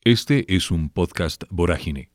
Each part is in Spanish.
Este es un podcast Vorágine.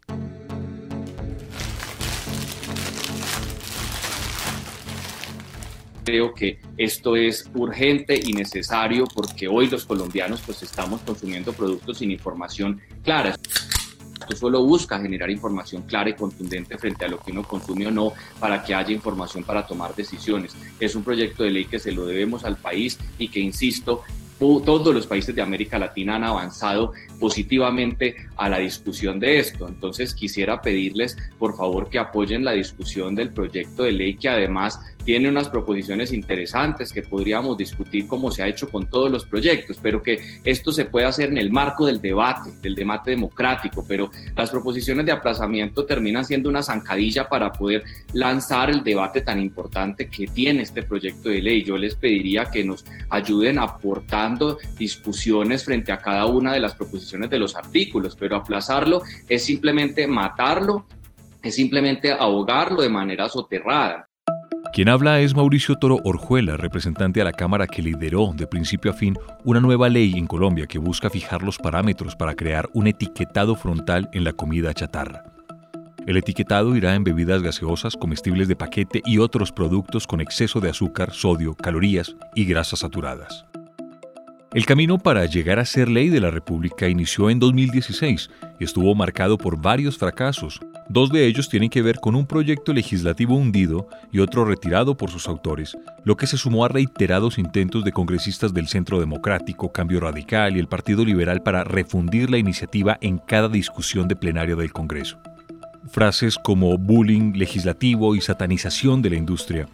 Creo que esto es urgente y necesario porque hoy los colombianos pues estamos consumiendo productos sin información clara. Esto solo busca generar información clara y contundente frente a lo que uno consume o no, para que haya información para tomar decisiones. Es un proyecto de ley que se lo debemos al país y que, insisto, todos los países de América Latina han avanzado positivamente a la discusión de esto. Entonces quisiera pedirles por favor que apoyen la discusión del proyecto de ley, que además tiene unas proposiciones interesantes que podríamos discutir como se ha hecho con todos los proyectos, pero que esto se puede hacer en el marco del debate democrático, pero las proposiciones de aplazamiento terminan siendo una zancadilla para poder lanzar el debate tan importante que tiene este proyecto de ley. Yo les pediría que nos ayuden aportando discusiones frente a cada una de las proposiciones de los artículos, pero aplazarlo es simplemente matarlo, es simplemente ahogarlo de manera soterrada. Quien habla es Mauricio Toro Orjuela, representante a la Cámara que lideró de principio a fin una nueva ley en Colombia que busca fijar los parámetros para crear un etiquetado frontal en la comida chatarra. El etiquetado irá en bebidas gaseosas, comestibles de paquete y otros productos con exceso de azúcar, sodio, calorías y grasas saturadas. El camino para llegar a ser ley de la República inició en 2016 y estuvo marcado por varios fracasos. Dos de ellos tienen que ver con un proyecto legislativo hundido y otro retirado por sus autores, lo que se sumó a reiterados intentos de congresistas del Centro Democrático, Cambio Radical y el Partido Liberal para refundir la iniciativa en cada discusión de plenaria del Congreso. Frases como bullying legislativo y satanización de la industria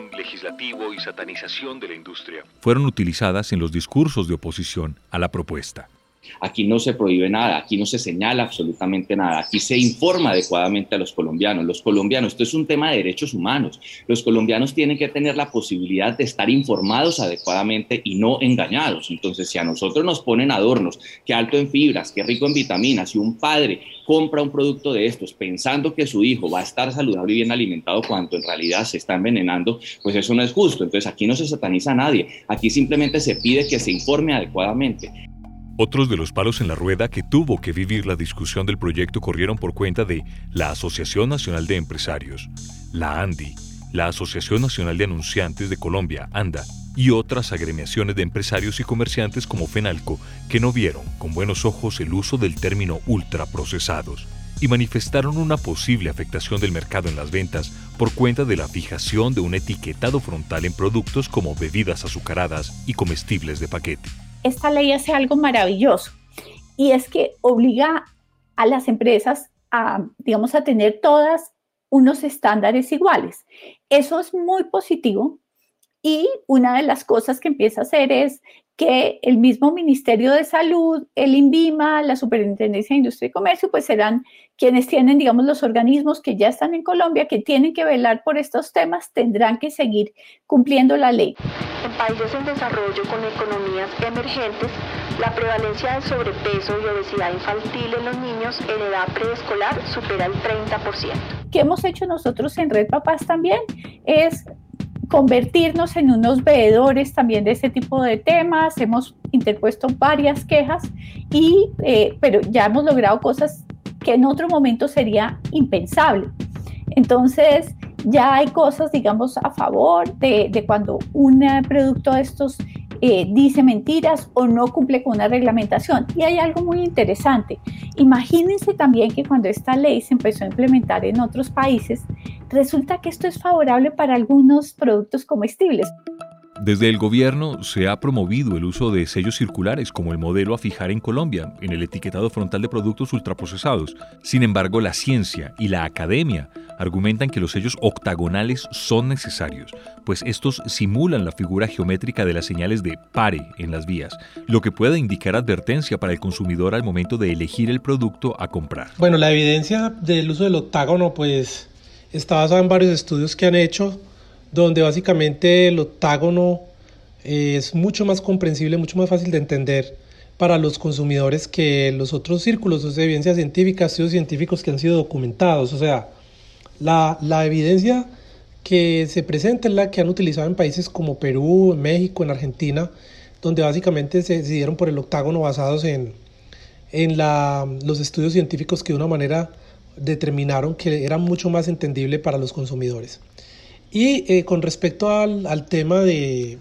fueron utilizadas en los discursos de oposición a la propuesta. Aquí no se prohíbe nada, aquí no se señala absolutamente nada, aquí se informa adecuadamente a los colombianos. Esto es un tema de derechos humanos. Los colombianos tienen que tener la posibilidad de estar informados adecuadamente y no engañados. Entonces, si a nosotros nos ponen adornos, que alto en fibras, que rico en vitaminas, y un padre compra un producto de estos pensando que su hijo va a estar saludable y bien alimentado cuando en realidad se está envenenando, pues eso no es justo. Entonces, aquí no se sataniza a nadie, aquí simplemente se pide que se informe adecuadamente. Otros de los palos en la rueda que tuvo que vivir la discusión del proyecto corrieron por cuenta de la Asociación Nacional de Empresarios, la ANDI, la Asociación Nacional de Anunciantes de Colombia, ANDA, y otras agremiaciones de empresarios y comerciantes como FENALCO, que no vieron con buenos ojos el uso del término ultraprocesados y manifestaron una posible afectación del mercado en las ventas por cuenta de la fijación de un etiquetado frontal en productos como bebidas azucaradas y comestibles de paquete. Esta ley hace algo maravilloso y es que obliga a las empresas a tener todas unos estándares iguales. Eso es muy positivo y una de las cosas que empieza a hacer es que el mismo Ministerio de Salud, el INVIMA, la Superintendencia de Industria y Comercio, pues serán quienes tienen, los organismos que ya están en Colombia, que tienen que velar por estos temas, tendrán que seguir cumpliendo la ley. En países en desarrollo con economías emergentes, la prevalencia de sobrepeso y obesidad infantil en los niños en edad preescolar supera el 30%. ¿Qué hemos hecho nosotros en Red Papás también? Es convertirnos en unos veedores también de ese tipo de temas. Hemos interpuesto varias quejas, pero ya hemos logrado cosas que en otro momento sería impensable. Entonces, ya hay cosas, a favor de cuando un producto de estos dice mentiras o no cumple con una reglamentación. Y hay algo muy interesante. Imagínense también que cuando esta ley se empezó a implementar en otros países, resulta que esto es favorable para algunos productos comestibles. Desde el gobierno se ha promovido el uso de sellos circulares como el modelo a fijar en Colombia en el etiquetado frontal de productos ultraprocesados. Sin embargo, la ciencia y la academia argumentan que los sellos octagonales son necesarios, pues estos simulan la figura geométrica de las señales de pare en las vías, lo que puede indicar advertencia para el consumidor al momento de elegir el producto a comprar. Bueno, la evidencia del uso del octágono pues está basada en varios estudios que han hecho, donde básicamente el octágono es mucho más comprensible, mucho más fácil de entender para los consumidores que los otros círculos. O sea, evidencia científica, estudios científicos que han sido documentados. O sea, la evidencia que se presenta es la que han utilizado en países como Perú, en México, en Argentina, donde básicamente se decidieron por el octágono basados en en los estudios científicos que de una manera determinaron que era mucho más entendible para los consumidores. Y con respecto al tema de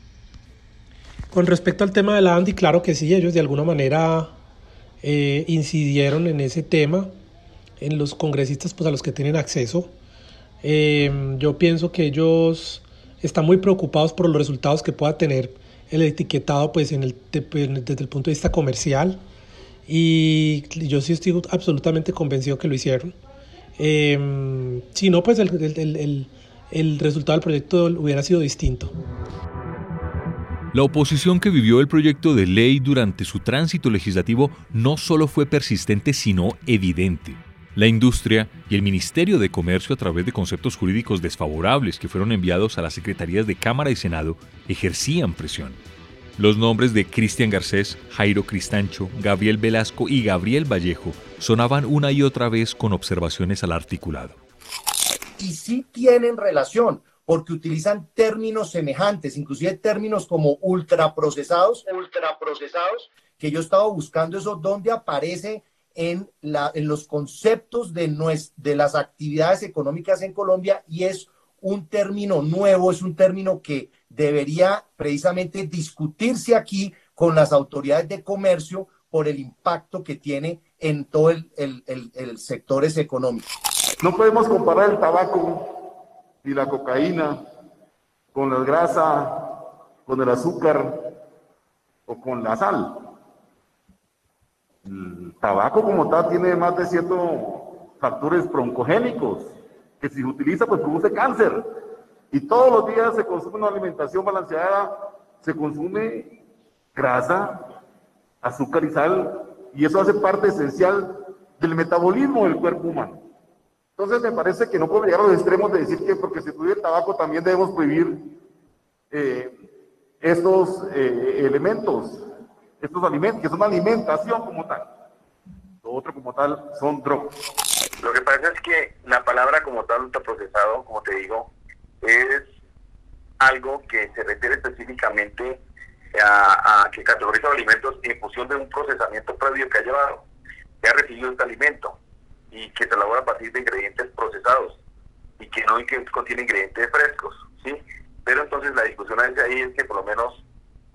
la ANDI, claro que sí, ellos de alguna manera incidieron en ese tema, en los congresistas pues, a los que tienen acceso. Yo pienso que ellos están muy preocupados por los resultados que pueda tener el etiquetado pues, desde el punto de vista comercial, y yo sí estoy absolutamente convencido que lo hicieron. Si no, pues el resultado del proyecto hubiera sido distinto. La oposición que vivió el proyecto de ley durante su tránsito legislativo no solo fue persistente, sino evidente. La industria y el Ministerio de Comercio, a través de conceptos jurídicos desfavorables que fueron enviados a las secretarías de Cámara y Senado, ejercían presión. Los nombres de Cristian Garcés, Jairo Cristancho, Gabriel Velasco y Gabriel Vallejo sonaban una y otra vez con observaciones al articulado. Y sí tienen relación, porque utilizan términos semejantes, inclusive términos como ultraprocesados, que yo estaba buscando eso, donde aparece en los conceptos de las actividades económicas en Colombia, y es un término nuevo, es un término que debería precisamente discutirse aquí con las autoridades de comercio por el impacto que tiene en todo el sectores económicos. No podemos comparar el tabaco y la cocaína con la grasa, con el azúcar o con la sal. El tabaco como tal tiene más de ciertos factores broncogénicos que si se utiliza pues produce cáncer, y todos los días se consume una alimentación balanceada, se consume grasa, azúcar y sal, y eso hace parte esencial del metabolismo del cuerpo humano. Entonces me parece que no podemos llegar a los extremos de decir que porque se prohíbe el tabaco también debemos prohibir estos elementos, estos alimentos, que son alimentación como tal. Lo otro como tal son drogas. Lo que pasa es que la palabra como tal, ultraprocesado, como te digo, es algo que se refiere específicamente a que categoriza los alimentos en función de un procesamiento previo que ha llevado, que ha recibido este alimento y que se elabora a partir de ingredientes procesados y que no contiene ingredientes frescos, ¿sí? Pero entonces la discusión ahí es que por lo menos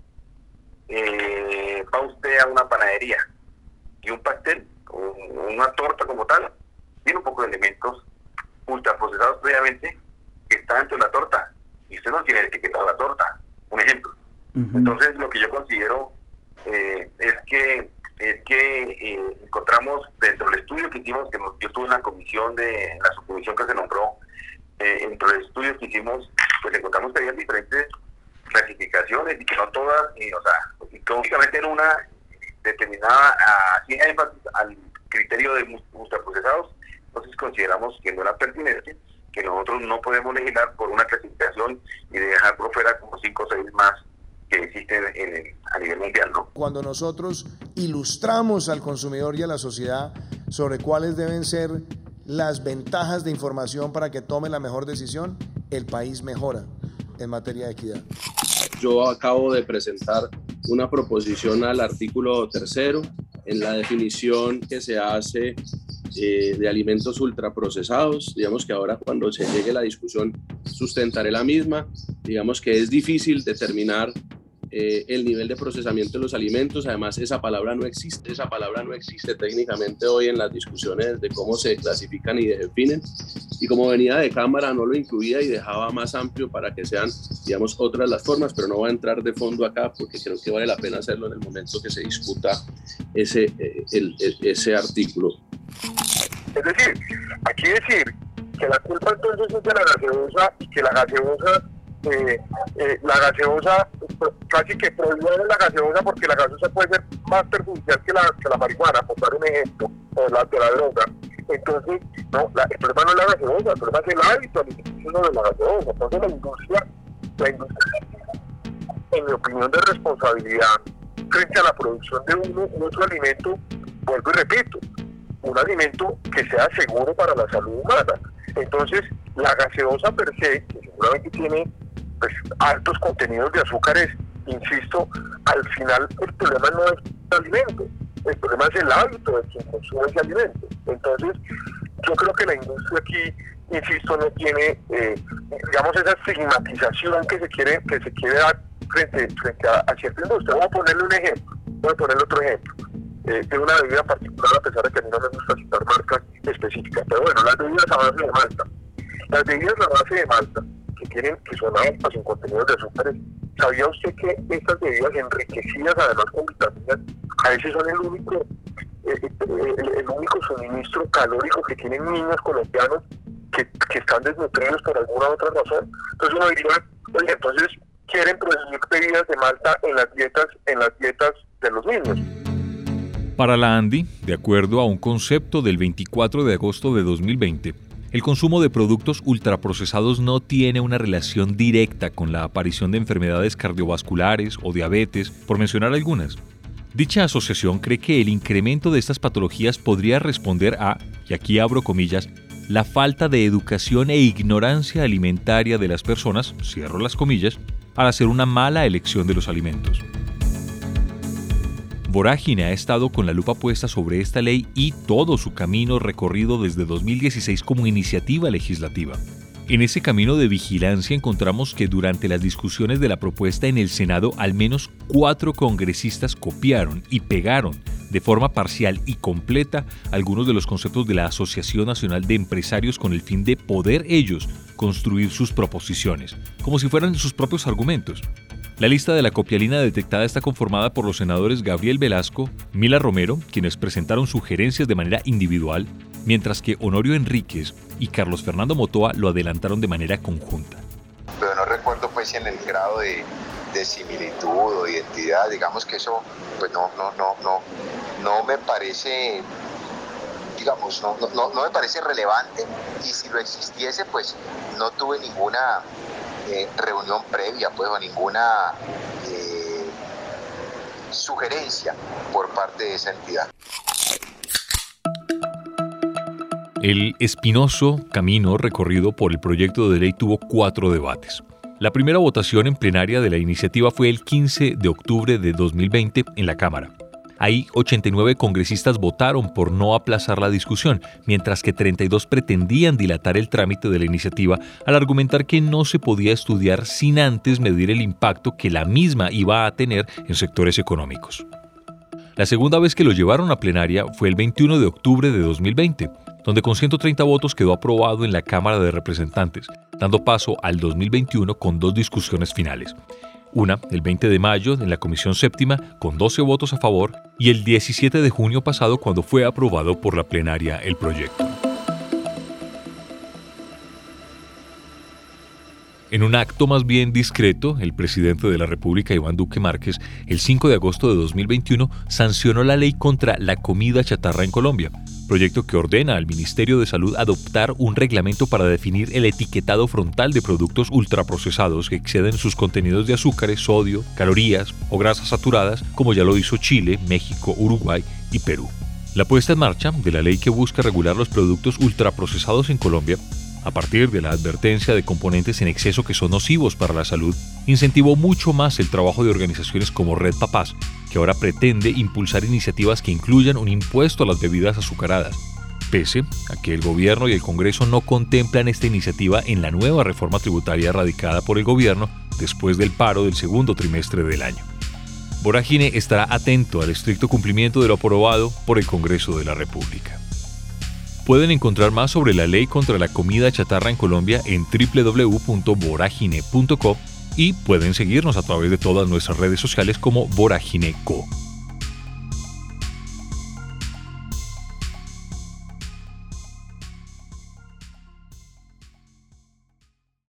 va usted a una panadería y un pastel o una torta como tal tiene un poco de elementos ultraprocesados previamente que está dentro de la torta y usted no tiene etiquetado la torta, un ejemplo. Entonces lo que yo considero es que encontramos dentro del estudio que hicimos, que yo estuve en la comisión la subcomisión que se nombró, dentro del estudio que hicimos, pues encontramos que había diferentes clasificaciones y que no todas, que únicamente en una determinada hacía énfasis al criterio de ultraprocesados. Entonces consideramos que no era pertinente, que nosotros no podemos legislar por una clasificación y dejar por fuera como 5 o 6 más que existen a nivel mundial, ¿no? Cuando nosotros ilustramos al consumidor y a la sociedad sobre cuáles deben ser las ventajas de información para que tome la mejor decisión, el país mejora en materia de equidad. Yo acabo de presentar una proposición al artículo 3º en la definición que se hace de alimentos ultraprocesados. Digamos que ahora cuando se llegue a la discusión sustentaré la misma. Digamos que es difícil determinar el nivel de procesamiento de los alimentos. Además, esa palabra no existe técnicamente hoy en las discusiones de cómo se clasifican y definen, y como venía de Cámara no lo incluía y dejaba más amplio para que sean, digamos, otras las formas, pero no voy a entrar de fondo acá porque creo que vale la pena hacerlo en el momento que se discuta ese artículo. Es decir, aquí decir que la culpa entonces es de la gaseosa y que la gaseosa casi que prohíbe la gaseosa porque la gaseosa puede ser más perjudicial que la marihuana, por dar un ejemplo, o de la droga. Entonces, no, el problema no es la gaseosa, el problema es el hábito alimenticio de la gaseosa. Entonces la industria, en mi opinión, de responsabilidad frente a la producción de u otro alimento, vuelvo y repito, un alimento que sea seguro para la salud humana. Entonces, la gaseosa per se, que seguramente tiene pues altos contenidos de azúcares, insisto, al final el problema no es el alimento, el problema es el hábito de quien consume ese alimento. Entonces, yo creo que la industria aquí, insisto, no tiene, digamos, esa estigmatización que se quiere dar frente a cierta industria. Voy a ponerle un ejemplo, voy a ponerle otro ejemplo. De una bebida particular, a pesar de que a mí no me gusta citar marcas específicas, pero bueno, las bebidas a base de malta. Las bebidas a base de malta, que son altas en contenidos de azúcares, ¿sabía usted que estas bebidas enriquecidas además con vitaminas, a veces son el único suministro calórico que tienen niños colombianos que están desnutridos por alguna otra razón? Entonces uno diría, oye, entonces quieren producir bebidas de malta en las dietas de los niños. Para la ANDI, de acuerdo a un concepto del 24 de agosto de 2020, el consumo de productos ultraprocesados no tiene una relación directa con la aparición de enfermedades cardiovasculares o diabetes, por mencionar algunas. Dicha asociación cree que el incremento de estas patologías podría responder a, y aquí abro comillas, la falta de educación e ignorancia alimentaria de las personas, cierro las comillas, al hacer una mala elección de los alimentos. Vorágine ha estado con la lupa puesta sobre esta ley y todo su camino recorrido desde 2016 como iniciativa legislativa. En ese camino de vigilancia encontramos que durante las discusiones de la propuesta en el Senado, al menos 4 congresistas copiaron y pegaron de forma parcial y completa algunos de los conceptos de la Asociación Nacional de Empresarios con el fin de poder ellos construir sus proposiciones, como si fueran sus propios argumentos. La lista de la copialina detectada está conformada por los senadores Gabriel Velasco, Mila Romero, quienes presentaron sugerencias de manera individual, mientras que Honorio Enríquez y Carlos Fernando Motoa lo adelantaron de manera conjunta. Pero no recuerdo pues en el grado de similitud o identidad, digamos que eso pues no me parece, digamos, no me parece relevante, y si lo existiese pues no tuve ninguna reunión previa pues o ninguna sugerencia por parte de esa entidad. El espinoso camino recorrido por el proyecto de ley tuvo 4 debates. La primera votación en plenaria de la iniciativa fue el 15 de octubre de 2020 en la Cámara. Ahí 89 congresistas votaron por no aplazar la discusión, mientras que 32 pretendían dilatar el trámite de la iniciativa al argumentar que no se podía estudiar sin antes medir el impacto que la misma iba a tener en sectores económicos. La segunda vez que lo llevaron a plenaria fue el 21 de octubre de 2020, donde con 130 votos quedó aprobado en la Cámara de Representantes, dando paso al 2021 con 2 discusiones finales. Una, el 20 de mayo, en la Comisión Séptima, con 12 votos a favor, y el 17 de junio pasado, cuando fue aprobado por la plenaria el proyecto. En un acto más bien discreto, el presidente de la República, Iván Duque Márquez, el 5 de agosto de 2021, sancionó la ley contra la comida chatarra en Colombia, proyecto que ordena al Ministerio de Salud adoptar un reglamento para definir el etiquetado frontal de productos ultraprocesados que exceden sus contenidos de azúcares, sodio, calorías o grasas saturadas, como ya lo hizo Chile, México, Uruguay y Perú. La puesta en marcha de la ley que busca regular los productos ultraprocesados en Colombia, a partir de la advertencia de componentes en exceso que son nocivos para la salud, incentivó mucho más el trabajo de organizaciones como Red Papás, que ahora pretende impulsar iniciativas que incluyan un impuesto a las bebidas azucaradas, pese a que el gobierno y el Congreso no contemplan esta iniciativa en la nueva reforma tributaria radicada por el gobierno después del paro del segundo trimestre del año. Vorágine estará atento al estricto cumplimiento de lo aprobado por el Congreso de la República. Pueden encontrar más sobre la ley contra la comida chatarra en Colombia en www.voragine.co y pueden seguirnos a través de todas nuestras redes sociales como Vorágine Co.